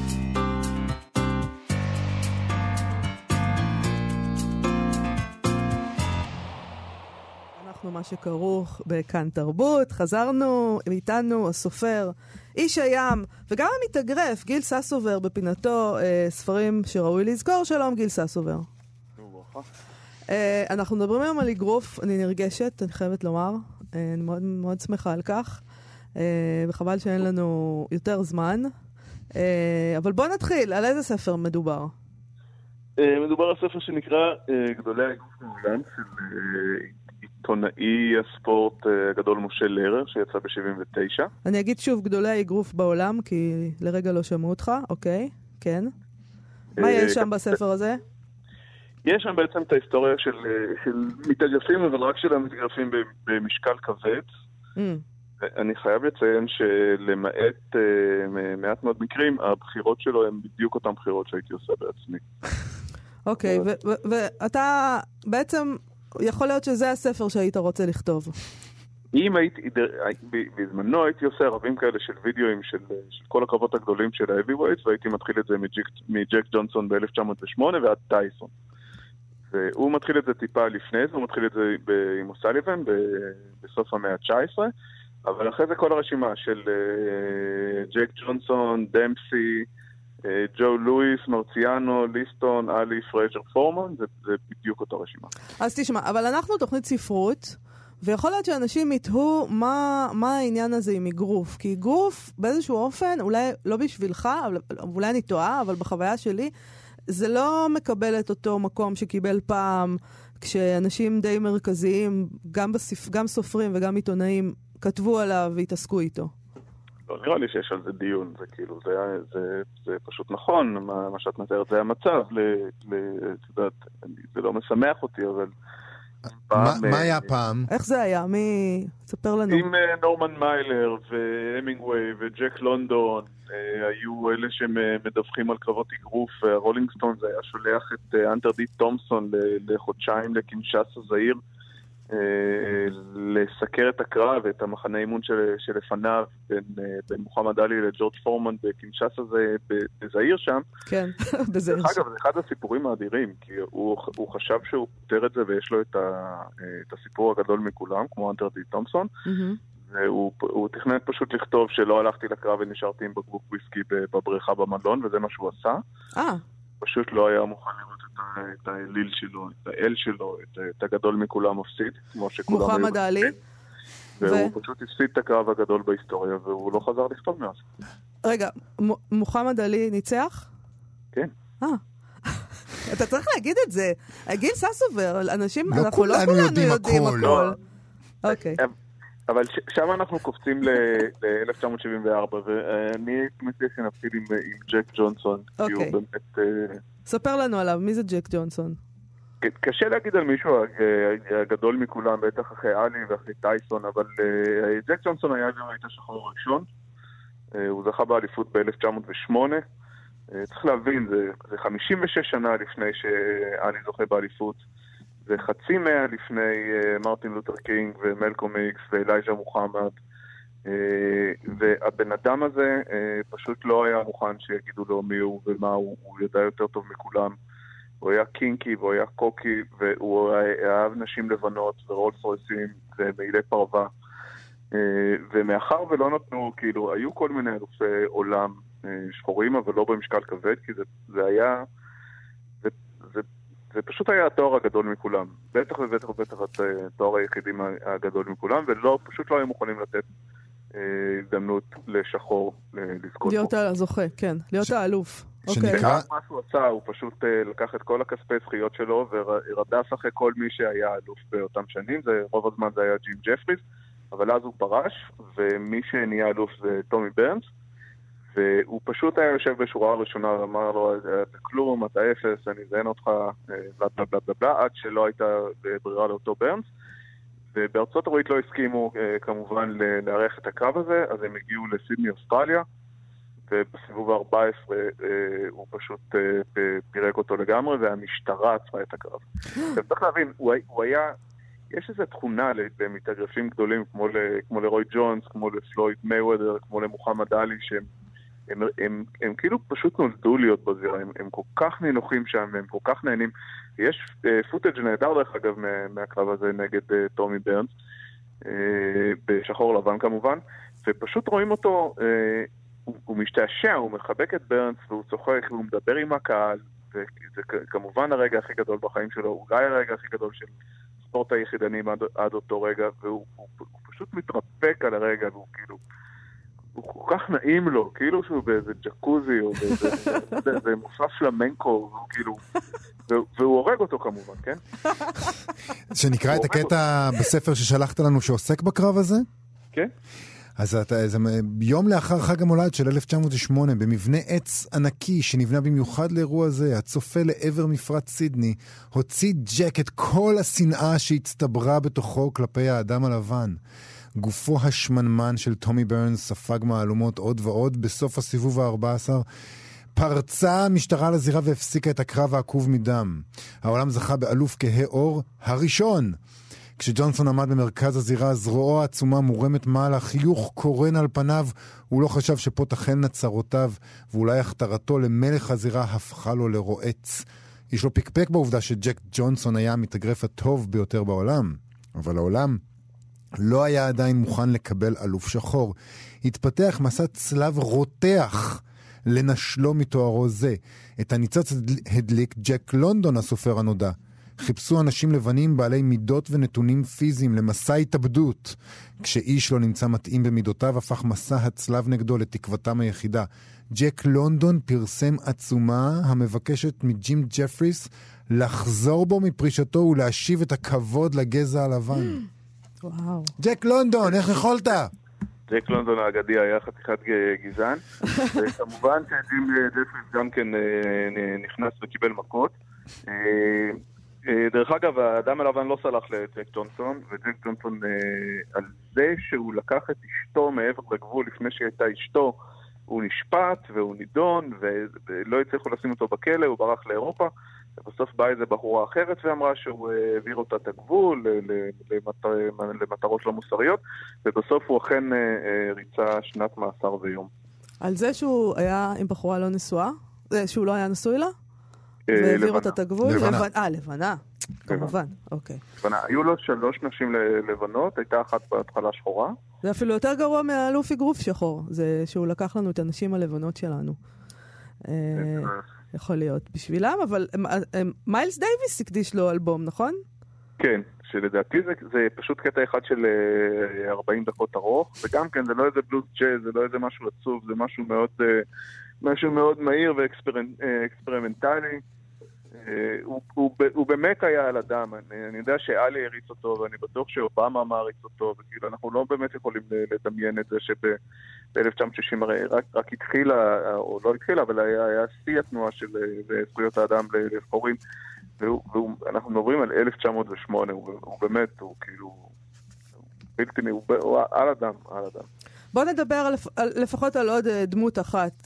אנחנו מה שכרוך בכאן תרבות. חזרנו איתנו הסופר, איש הים, וגם המתאגרף, גיל ססובר, בפינתו ספרים שראוי לזכור. שלום, גיל ססובר. אנחנו מדברים היום על אגרוף, אני נרגשת, אני חייבת לומר. אני מאוד, מאוד שמחה על כך. וחבל שאין לנו יותר זמן. אבל בוא נתחיל, על איזה ספר מדובר? מדובר על ספר שנקרא גדולי האגרוף בעולם, של עיתונאי הספורט הגדול משה לרר, שיצא ב-79. אני אגיד שוב, גדולי האגרוף בעולם, כי לרגע לא שמעו אותך, אוקיי, כן. מה יש שם בספר הזה? יש שם בעצם את ההיסטוריה של מתאגרפים, אבל רק של המתאגרפים במשקל כבד. אני חייב לציין שלמעט מעט מאוד מקרים, הבחירות שלו הן בדיוק אותן בחירות שהייתי עושה בעצמי. אוקיי, ואתה בעצם, יכול להיות שזה הספר שהיית רוצה לכתוב. אם הייתי, בזמנו הייתי עושה ערבים כאלה של וידאוים של כל הקרבות הגדולים של ה-heavyweights, והייתי מתחיל את זה מג'ק ג'ונסון ב-1908 ועד טייסון. והוא מתחיל את זה טיפה לפני זה, הוא מתחיל את זה עם אוסליבן בסוף המאה ה-19, אבל אחרי זה כל הרשימה של ג'ק ג'ונסון, דמפסי, ג'ו לואיס, מרציאנו, ליסטון, אלי, פרייג'ר, פורמן, זה בדיוק אותה רשימה. אז תשמע, אבל אנחנו תוכנית ספרות, ויכול להיות שאנשים יתהו מה העניין הזה עם אגרוף, כי אגרוף באיזשהו אופן, אולי לא בשבילך, אולי אני טועה, אבל בחוויה שלי, זה לא מקבל את אותו מקום שקיבל פעם, כשאנשים די מרכזיים, גם סופרים וגם עיתונאים, כתבו עליו והתעסקו איתו. לא, נראה לי שיש על זה דיון, זה כאילו, זה פשוט נכון, מה שאת מתארת, זה המצב, זה לא משמח אותי, אבל... מה היה פעם? איך זה היה? ספר לנו. עם נורמן מיילר והמינגווי וג'ק לונדון, היו אלה שמדווחים על קרבות אגרוף, והרולינג סטונס היה שולח את אנטר די תומסון לחודשיים לקינשאסה זעיר, לסקר את הקרב ואת המחנה אימון שלפניו בין מוחמד עלי לג'ורג' פורמן בקינשאסה בזעיר שם. כן, בזעיר. דרך אגב, זה אחד הסיפורים האדירים, כי הוא חשב שהוא פותר את זה ויש לו את הסיפור הגדול מכולם, כמו אנטר די תומסון, והוא תכנן פשוט לכתוב שלא הלכתי לקרב ונשארתי עם בקבוק וויסקי בבריכה במלון, וזה מה שהוא עשה. פשוט לא היה מוכן לראות את האליל שלו, את האל שלו, את הגדול מכולם מפסיד, כמו שכולם... מוחמד עלי. והוא פשוט הפסיד את הקרב הגדול בהיסטוריה, והוא לא חזר לכתוב מאז. רגע, מוחמד עלי ניצח? כן. אתה צריך להגיד את זה. גיל ססובר, אנשים, אנחנו לא כולנו יודעים הכל. אוקיי. אבל שם אנחנו קופצים ל-1974, ואני מציע שנתחיל עם ג'ק ג'ונסון, כי הוא באמת... ספר לנו עליו, מי זה ג'ק ג'ונסון? קשה להגיד על מישהו הגדול מכולם, בטח אחרי אלי ואחרי טייסון, אבל ג'ק ג'ונסון היה גם היית השחור הראשון, הוא זכה באליפות ב-1908, צריך להבין, זה 56 שנה לפני שאלי זוכה באליפות, זה חצי מאה לפני מרטין לותר קינג ומלקום איקס ואלייג'ה מוחמד, והבן אדם הזה פשוט לא היה מוכן שיגידו לו מי הוא ומה הוא ידע יותר טוב מכולם. הוא היה קינקי והוא היה קוקי, והוא אהב נשים לבנות ורולס רויסים ומעילי פרווה, ומאחר ולא נתנו, כאילו היו כל מיני אלופי עולם שחורים, אבל לא במשקל כבד, כי זה היה, זה פשוט היה התואר הגדול מכולם, בטח ובטח ובטח התואר היחידים הגדול מכולם, פשוט לא היו מוכנים לתת הזדמנות לשחור לזכות. להיות הזוכה, כן, להיות האלוף. מה שהוא עשה, הוא פשוט לקח את כל הכספי זכיות שלו ורדף אחרי כל מי שהיה אלוף באותם שנים, רוב הזמן זה היה ג'ים ג'פריס, אבל אז הוא פרש, ומי שנהיה אלוף זה טומי ברנס, והוא פשוט היה יושב בשורה הראשונה ואמר לו, אתה כלום, אתה אפס, אני זיין אותך, בלה בלה בלה בלה בלה, עד שלא הייתה ברירה לאותו ברנס, ובארצות הברית לא הסכימו כמובן לארח את הקרב הזה, אז הם הגיעו לסידני אוסטרליה, ובסיבוב ה-14 הוא פשוט פירק אותו לגמרי, והמשטרה עצרה את הקרב. צריך להבין, הוא היה, יש איזו תכונה למתאגרפים גדולים, כמו לרוי ג'ונס, כמו לפלויד מייוודר, כמו למוחמד עלי, הם כאילו פשוט נולדו להיות בזירה, הם כל כך נינוחים שם, הם כל כך נהנים. יש פוטאג' נהדר דרך אגב מהקרב הזה נגד טומי ברנס, בשחור לבן כמובן, ופשוט רואים אותו, הוא משתעשע, הוא מחבק את ברנס, והוא צוחק, והוא מדבר עם הקהל, וזה כמובן הרגע הכי גדול בחיים שלו, אולי הרגע הכי גדול של ספורט היחידנים עד אותו רגע, והוא פשוט מתרפק על הרגע, והוא כאילו, הוא כל כך נעים לו, כאילו שהוא באיזה ג'קוזי, או באיזה מופע פלמנקו, והוא כאילו, והוא הורג אותו כמובן, כן? שנקרא את הקטע בספר ששלחת לנו שעוסק בקרב הזה? כן. אז יום לאחר חג המולד של 1908, במבנה עץ ענקי שנבנה במיוחד לאירוע הזה, הצופה לעבר מפרץ סידני, הוציא ג'ק את כל השנאה שהצטברה בתוכו כלפי האדם הלבן. גופו השמנמן של טומי ברנס ספג מהלומות עוד ועוד. בסוף הסיבוב ה-14 פרצה המשטרה לזירה והפסיקה את הקרב העקוב מדם. העולם זכה באלוף כהה אור הראשון. כשג'ונסון עמד במרכז הזירה, זרועו העצומה מורמת מעלה, חיוך קורן על פניו, הוא לא חשב שפה תחלנה צרותיו, ואולי הכתרתו למלך הזירה הפכה לו לרועץ. יש לו פקפק בעובדה שג'ק ג'ונסון היה המתאגרף הטוב ביותר בעולם, אבל העולם לא היה עדיין מוכן לקבל אלוף שחור. התפתח מסע צלב רותח לנשלו מתוארו זה. את הניצוץ הדליק ג'ק לונדון, הסופר הנודע. חיפשו אנשים לבנים בעלי מידות ונתונים פיזיים למסע התאבדות. כשאיש לא נמצא מתאים במידותיו, הפך מסע הצלב נגדו לתקוותם היחידה. ג'ק לונדון פרסם עצומה המבקשת מג'ים ג'פריס לחזור בו מפרישתו ולהשיב את הכבוד לגזע הלבן. וואו. ג'ק לונדון, איך יכולת? ג'ק לונדון האגדי היה חתיכת גזען, וכמובן שג'ים ג'פריס גם כן נכנס וקיבל מכות. דרך אגב, האדם הלבן לא סלח לג'ק ג'ונסון, וג'ק ג'ונסון על זה שהוא לקח את אשתו מעבר לגבול לפני שהייתה אשתו, הוא נשפט והוא נידון, ולא הצליחו לשים אותו בכלא, הוא ברח לאירופה, ובסוף באה איזה בחורה אחרת ואמרה שהוא העביר אותה את הגבול למטרות לא מוסריות, ובסוף הוא אכן ריצה שנת מאסר ויום. על זה שהוא היה עם בחורה לא נשואה? שהוא לא היה נשוי לה? והעביר אותה את הגבול? לבנה. כמובן, אוקיי. היו לו 3 נשים לבנות, הייתה אחת בהתחלה שחורה. זה אפילו יותר גרוע מהאלוף אגרוף שחור, זה שהוא לקח לנו את הנשים הלבנות שלנו. יכול להיות בשבילם, אבל מיילס דייביס הקדיש לו אלבום, נכון? כן, שלדעתי זה פשוט קטע אחד של 40 דקות ארוך, וגם כן זה לא איזה בלוז ג'אז, זה לא איזה משהו עצוב, זה משהו מאוד מהיר ואקספרימנטלי. הוא באמת היה על אדם, אני יודע שאלי הריץ אותו, ואני בטוח שאובמה מעריץ אותו, וכאילו אנחנו לא באמת יכולים לדמיין את זה שב-1960 הרי רק התחילה, או לא התחילה, אבל היה שיא התנועה של זכויות האדם לשחורים, ואנחנו מדברים על 1908, הוא באמת, הוא כאילו, הוא על אדם, על אדם. בוא נדבר לפחות על עוד דמות אחת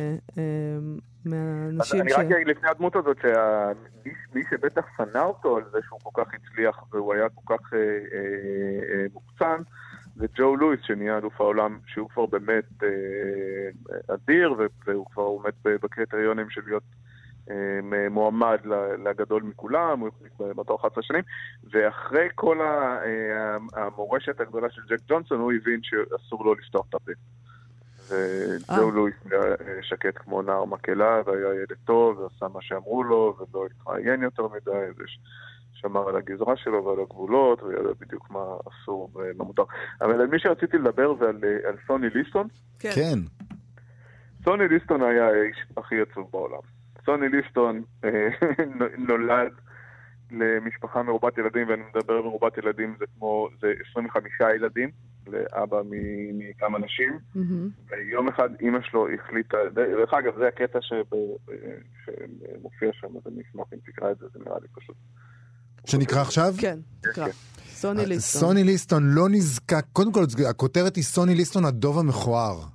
מהאנשים אני רק אגיד לפני הדמות הזאת שמי שבטח שנא אותו על זה שהוא כל כך הצליח והוא היה כל כך מוקצן זה ג'ו לואיס שנהיה אלוף העולם שהוא כבר באמת אדיר והוא כבר עומד בקריטריונים של להיות מועמד לגדול מכולם, הוא החליט בתור 11 שנים, ואחרי כל המורשת הגדולה של ג'ק ג'ונסון, הוא הבין שאסור לו לפתוח את הפה. וג'ו לואיס שקט כמו נער מקהלה, והיה ילד טוב, ועשה מה שאמרו לו, ולא התראיין יותר מדי, ושמר על הגזרה שלו ועל הגבולות, וידע בדיוק מה אסור ומה מותר. אבל על מי שרציתי לדבר זה על סוני ליסטון. כן. סוני ליסטון היה האיש הכי עצוב בעולם. סוני ליסטון נולד למשפחה מרובת ילדים, ואני מדבר מרובת ילדים, זה 25 ילדים, לאבא מכמה נשים, ויום אחד אמא שלו החליטה, דרך אגב, זה הקטע שמופיע שם, אז אני אשמח אם תקרא את זה, זה נראה לי פשוט. שנקרא עכשיו? כן, תקרא. סוני ליסטון לא נזקק, קודם כל הכותרת היא סוני ליסטון הדוב המכוער.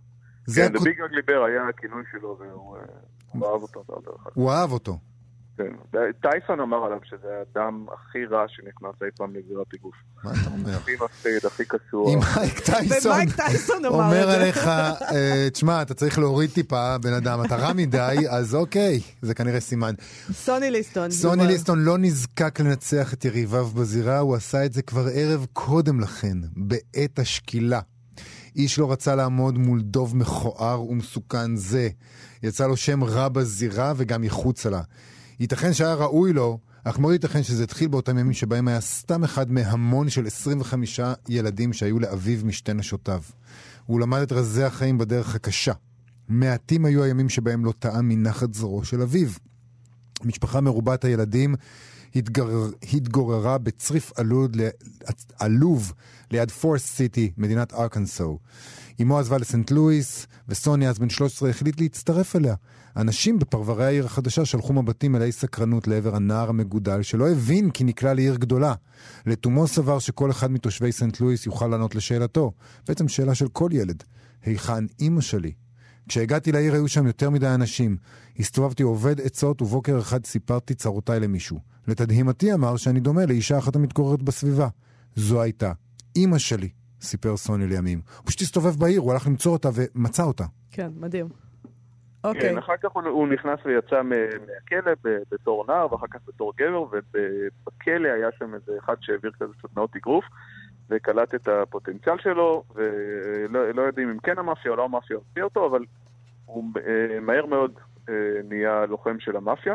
כן, The Big Ugly Bear היה הכינוי שלו, והוא אהב אותו. הוא אהב אותו. כן, טייסון אמר עליו שזה האדם הכי רע שנכנס אי פעם לזירת אגרוף. מה אתה אומר? הכי מפחיד, הכי קשור. אם מייק טייסון אומר עליך, תשמע, אתה צריך להוריד טיפה, בן אדם, אתה רע מדי, אז אוקיי, זה כנראה סימן. סוני ליסטון. סוני ליסטון לא נזקק לנצח את יריביו בזירה, הוא עשה את זה כבר ערב קודם לכן, בעת השקילה. איש לא רצה לעמוד מול דוב מכוער ומסוכן זה. יצא לו שם רע בזירה וגם יחוץ לה. ייתכן שהיה ראוי לו, אך מאוד ייתכן שזה התחיל באותם ימים שבהם היה סתם אחד מהמון של 25 ילדים שהיו לאביו משתי נשותיו. הוא למד את רזי החיים בדרך הקשה. מעטים היו הימים שבהם לא טעם מנחת זרוע של אביו. משפחה מרובת הילדים התגוררה בצריף עלוב ליד פורסט סיטי, מדינת ארקנסו. אמו עזבה לסנט לואיס, וסוני אז בן 13 החליט להצטרף אליה. אנשים בפרברי העיר החדשה שלחו מבטים מלאי סקרנות לעבר הנער המגודל, שלא הבין כי נקלע לעיר גדולה. לתומו סבר שכל אחד מתושבי סנט לואיס יוכל לענות לשאלתו. בעצם שאלה של כל ילד. היכן אמא שלי? כשהגעתי לעיר היו שם יותר מדי אנשים. הסתובבתי עובד עצות ובוקר אחד סיפרתי צרותיי למישהו. לתדהימתי אמר שאני דומה לאישה אחת המתגוררת בסביבה. זו הייתה אמא שלי, סיפר סוני לימים. הוא פשוט הסתובב בעיר, הוא הלך למצוא אותה ומצא אותה. כן, מדהים. כן, אחר כך הוא נכנס ויצא מהכלא בתור נער, ואחר כך בתור גבר, ובכלא היה שם איזה אחד שהעביר כזה סדנאות אגרוף, וקלט את הפוטנציאל שלו, ולא יודעים אם כן המאפיה או לא המאפיה הוציא אותו, אבל הוא מהר מאוד נהיה לוחם של המאפיה.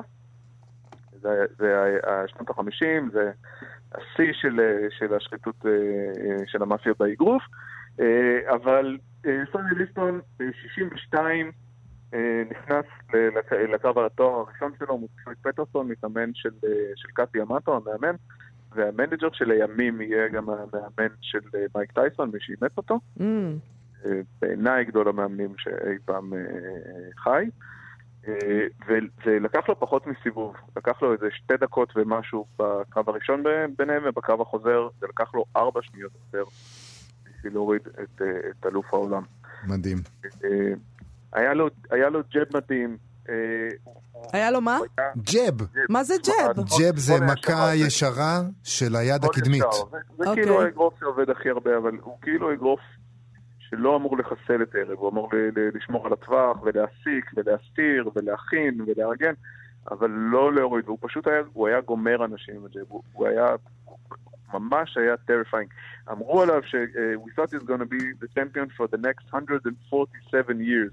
זה שנות ה-50, זה השיא של השחיתות של המאפיה באגרוף, אבל סוני ליסטון ב-62 נכנס לקרב התואר הראשון שלו, מוטפויט פטרסון, מתאמן של קאטי ימאטו, המאמן, והמנג'ר של הימים יהיה גם המאמן של מייק טייסון, מי שאימץ אותו. בעיניי גדול המאמנים שאי פעם חי. וזה לקח לו פחות מסיבוב, לקח לו איזה 2 דקות ומשהו בקרב הראשון ביניהם, ובקרב החוזר זה לקח לו 4 שניות יותר בשביל להוריד את אלוף העולם. מדהים. היה לו ג'ב מדהים. היה לו מה? ג'ב. מה זה ג'ב? ג'ב זה מכה ישרה של היד הקדמית. זה כאילו האגרוף שעובד הכי הרבה, אבל הוא כאילו אגרוף שלא אמור לחסל את הערב, הוא אמור לשמור על הטווח ולהסיק ולהסתיר ולהכין ולארגן, אבל לא להוריד, והוא פשוט היה גומר אנשים, הוא היה ממש היה terrifying. אמרו עליו we thought he's going to be the champion for the next 147 years.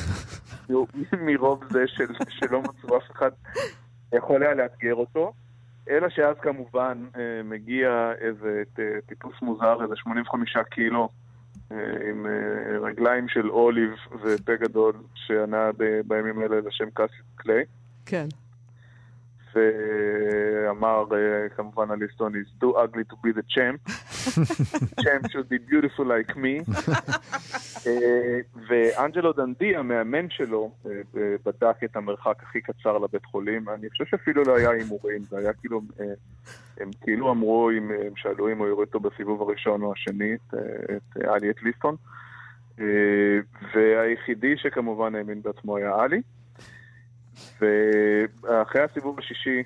מרוב זה שלא מצאו אף אחד יכול היה לאתגר אותו, אלא שאז כמובן מגיע איזה טיפוס מוזר, איזה 85 קילו, עם רגליים של אוליב ופה גדול שענה בימים האלה לשם קאסיוס קליי. כן. ואמר כמובן על ליסטון, it's too ugly to be the champ. Champ should be beautiful like me. ואנג'לו דנדי, המאמן שלו, בדק את המרחק הכי קצר לבית חולים. אני חושב שאפילו לא היה אימורים, זה היה כאילו, הם כאילו אמרו, הם שאלו אם הוא יורד אותו בסיבוב הראשון או השני, את ליסטון. והיחידי שכמובן האמין בעצמו היה אלי. ואחרי הסיבוב השישי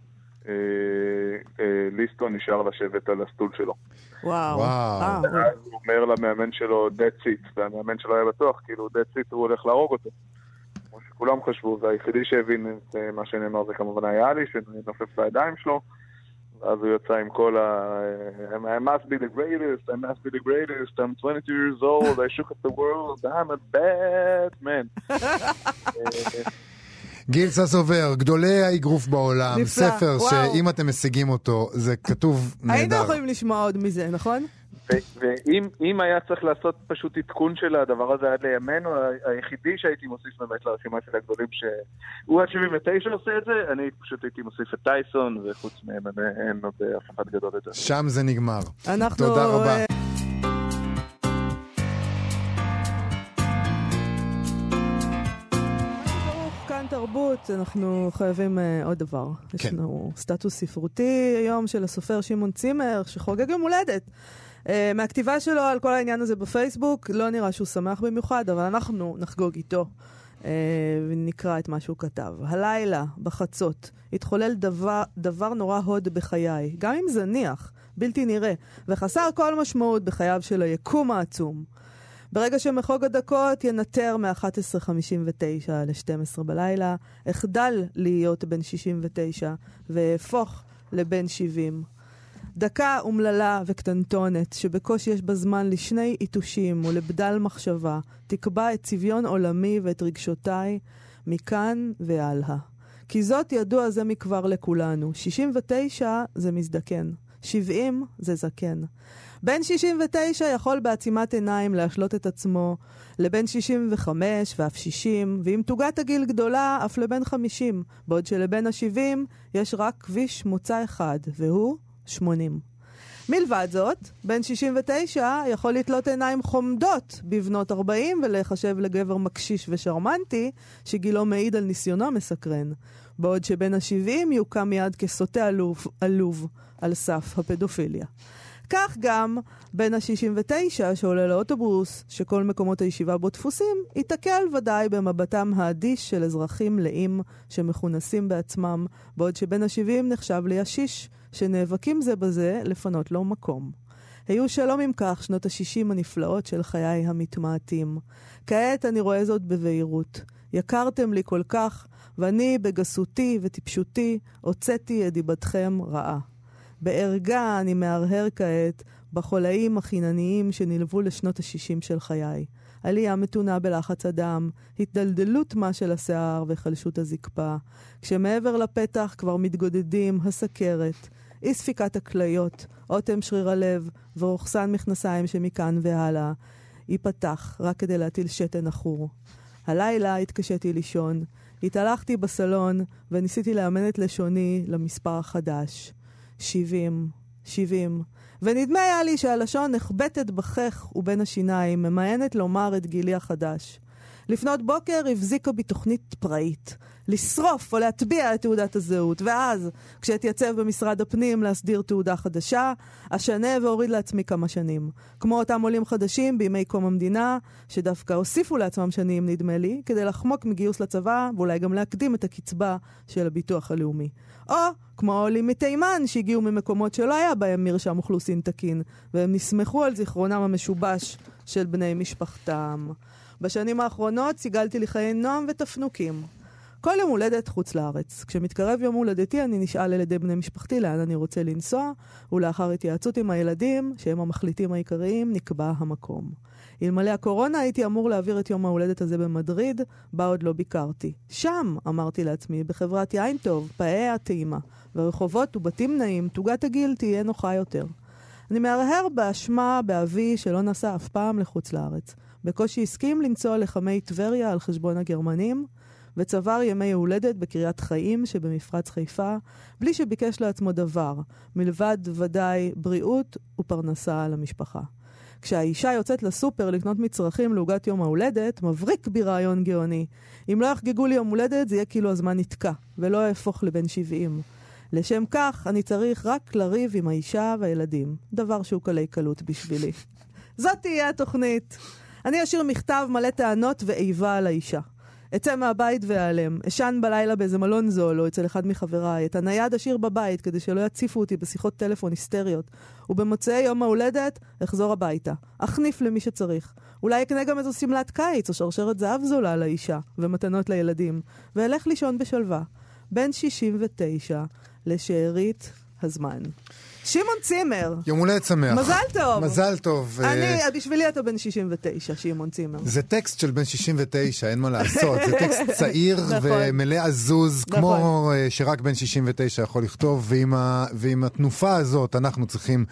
ליסטון נשאר לשבת על הסטול שלו. וואו. ואז הוא אומר למאמן שלו that's it, והמאמן שלו היה בטוח כאילו that's it, הוא הולך להרוג אותו, כמו שכולם חשבו, והיחידי שהבין את מה שנאמר זה כמובן היה לי, שנופף לידיים שלו, ואז הוא יצא עם כל I must be the greatest, I must be the greatest, I'm 22 years old, I shook up the world, I'm a bad man. גיל ססובר, גדולי האגרוף בעולם, נפלא, ספר וואו. שאם אתם משיגים אותו, זה כתוב נהדר. היינו יכולים לשמוע עוד מזה, נכון? ואם היה צריך לעשות פשוט עדכון של הדבר הזה עד לימינו, היחידי שהייתי מוסיף באמת לרשימה של הגדולים שהוא עד 79 עושה את זה, אני פשוט הייתי מוסיף את טייסון, וחוץ מהם אין עוד אף אחד גדול את זה. שם זה נגמר. אנחנו... תודה רבה. תרבות, אנחנו חייבים עוד דבר. כן. יש לנו סטטוס ספרותי היום של הסופר שמעון צימר, שחוגג יום הולדת. מהכתיבה שלו על כל העניין הזה בפייסבוק, לא נראה שהוא שמח במיוחד, אבל אנחנו נחגוג איתו ונקרא את מה שהוא כתב. הלילה, בחצות, התחולל דבר נורא הוד בחיי, גם אם זניח, בלתי נראה, וחסר כל משמעות בחייו של היקום העצום. ברגע שמחוג הדקות ינטר מ-11:59 ל-12 בלילה, אחדל להיות בן 69 והפוך לבן 70. דקה אומללה וקטנטונת שבקושי יש בה זמן לשני עיתושים ולבדל מחשבה, תקבע את צביון עולמי ואת רגשותיי מכאן והלאה. כי זאת ידוע זה מכבר לכולנו. 69 זה מזדקן, 70 זה זקן. בן 69 יכול בעצימת עיניים להשלות את עצמו לבן 65 ואף 60, ואם תוגת הגיל גדולה אף לבן 50, בעוד שלבן ה-70 יש רק כביש מוצא אחד, והוא 80. מלבד זאת, בן 69 יכול לתלות עיניים חומדות בבנות 40 ולחשב לגבר מקשיש ושרמנטי שגילו מעיד על ניסיונו מסקרן, בעוד שבן ה-70 יוקם מיד כסוטה עלוב על סף הפדופיליה. כך גם בן ה-69 שעולה לאוטובוס שכל מקומות הישיבה בו תפוסים, יתקל ודאי במבטם האדיש של אזרחים לאים שמכונסים בעצמם, בעוד שבן ה-70 נחשב לישיש שנאבקים זה בזה לפנות לו מקום. היו שלום עם כך שנות ה-60 הנפלאות של חיי המתמעטים. כעת אני רואה זאת בבהירות. יקרתם לי כל כך, ואני בגסותי וטיפשותי הוצאתי את דיבתכם רעה. בערגה אני מהרהר כעת בחולאים החינניים שנלוו לשנות ה-60 של חיי. עלייה מתונה בלחץ הדם, התדלדלות מה של השיער וחלשות הזקפה. כשמעבר לפתח כבר מתגודדים הסכרת, אי ספיקת הכליות, אוטם שריר הלב ורוחסן מכנסיים שמכאן והלאה. ייפתח רק כדי להטיל שתן אחור. הלילה התקשיתי לישון, התהלכתי בסלון וניסיתי לאמן את לשוני למספר החדש. 70, ונדמה היה לי שהלשון נחבטת בחך ובין השיניים, ממיינת לומר את גילי החדש. לפנות בוקר הבזיקה בי תוכנית פראית, לשרוף או להטביע את תעודת הזהות, ואז כשהתייצב במשרד הפנים להסדיר תעודה חדשה, אשנה והוריד לעצמי כמה שנים. כמו אותם עולים חדשים בימי קום המדינה, שדווקא הוסיפו לעצמם שנים נדמה לי, כדי לחמוק מגיוס לצבא, ואולי גם להקדים את הקצבה של הביטוח הלאומי. או כמו העולים מתימן שהגיעו ממקומות שלא היה בהם מרשם אוכלוסין תקין, והם נסמכו על זיכרונם המשובש של בני משפחתם. בשנים האחרונות סיגלתי לי חיי נועם ותפנוקים. כל יום הולדת חוץ לארץ. כשמתקרב יום הולדתי אני נשאל על ידי בני משפחתי לאן אני רוצה לנסוע, ולאחר התייעצות עם הילדים, שהם המחליטים העיקריים, נקבע המקום. אלמלא הקורונה הייתי אמור להעביר את יום ההולדת הזה במדריד, בה עוד לא ביקרתי. שם, אמרתי לעצמי, בחברת יין טוב, פאי הטעימה, ורחובות ובתים נעים, תוגת הגיל תהיה נוחה יותר. אני מהרהר באשמה באבי שלא נסע אף פעם לחוץ לארץ. בקושי הסכים לנסוע לחמי טבריה על חשבון הגרמנים, וצבר ימי הולדת בקריית חיים שבמפרץ חיפה, בלי שביקש לעצמו דבר, מלבד ודאי בריאות ופרנסה למשפחה. כשהאישה יוצאת לסופר לקנות מצרכים לעוגת יום ההולדת, מבריק בי רעיון גאוני. אם לא יחגגו לי יום הולדת, זה יהיה כאילו הזמן נתקע, ולא יהפוך לבן 70. לשם כך, אני צריך רק לריב עם האישה והילדים. דבר שהוא קלי קלות בשבילי. זאת תהיה התוכנית. אני אשאיר מכתב מלא טענות ואיבה על האישה. אצא מהבית ואעלם. אשן בלילה באיזה מלון זול או אצל אחד מחבריי. את הנייד אשאיר בבית כדי שלא יציפו אותי בשיחות טלפון היסטריות. ובמוצאי יום ההולדת אחזור הביתה. אחניף למי שצריך. אולי אקנה גם איזו סמלת קיץ או שרשרת זהב זולה לאישה ומתנות לילדים. ואלך לישון בשלווה. בן 69 לשארית הזמן. שמעון צימר. יום הולדת שמח. מזל טוב. מזל טוב. בשבילי אתה בן 69, שמעון צימר. זה טקסט של בן 69, אין מה לעשות. זה טקסט צעיר ומלא עזוז, כמו שרק בן 69 יכול לכתוב, ועם התנופה הזאת אנחנו צריכים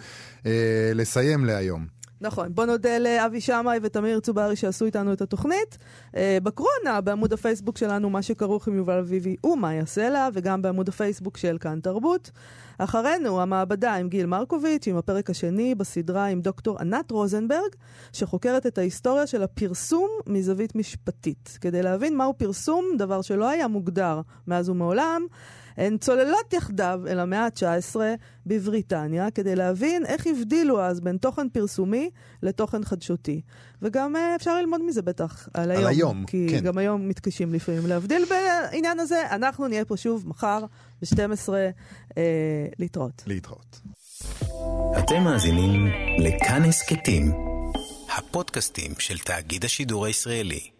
לסיים להיום. נכון, בוא נודה לאבי שמאי ותמיר צוברי שעשו איתנו את התוכנית. בקרונה, בעמוד הפייסבוק שלנו, מה שכרוך עם יובל אביבי ומה יעשה לה, וגם בעמוד הפייסבוק של כאן תרבות. אחרינו, המעבדה עם גיל מרקוביץ', עם הפרק השני בסדרה עם דוקטור ענת רוזנברג, שחוקרת את ההיסטוריה של הפרסום מזווית משפטית. כדי להבין מהו פרסום, דבר שלא היה מוגדר מאז ומעולם, הן צוללות יחדיו אל המאה ה-19 בבריטניה, כדי להבין איך הבדילו אז בין תוכן פרסומי לתוכן חדשותי. וגם אפשר ללמוד מזה בטח על היום, כי כן. גם היום מתקשים לפעמים להבדיל בעניין הזה. אנחנו נהיה פה שוב מחר ב-12 להתראות. אתם מאזינים לכאן הסכתים, הפודקאסטים של תאגיד השידור הישראלי.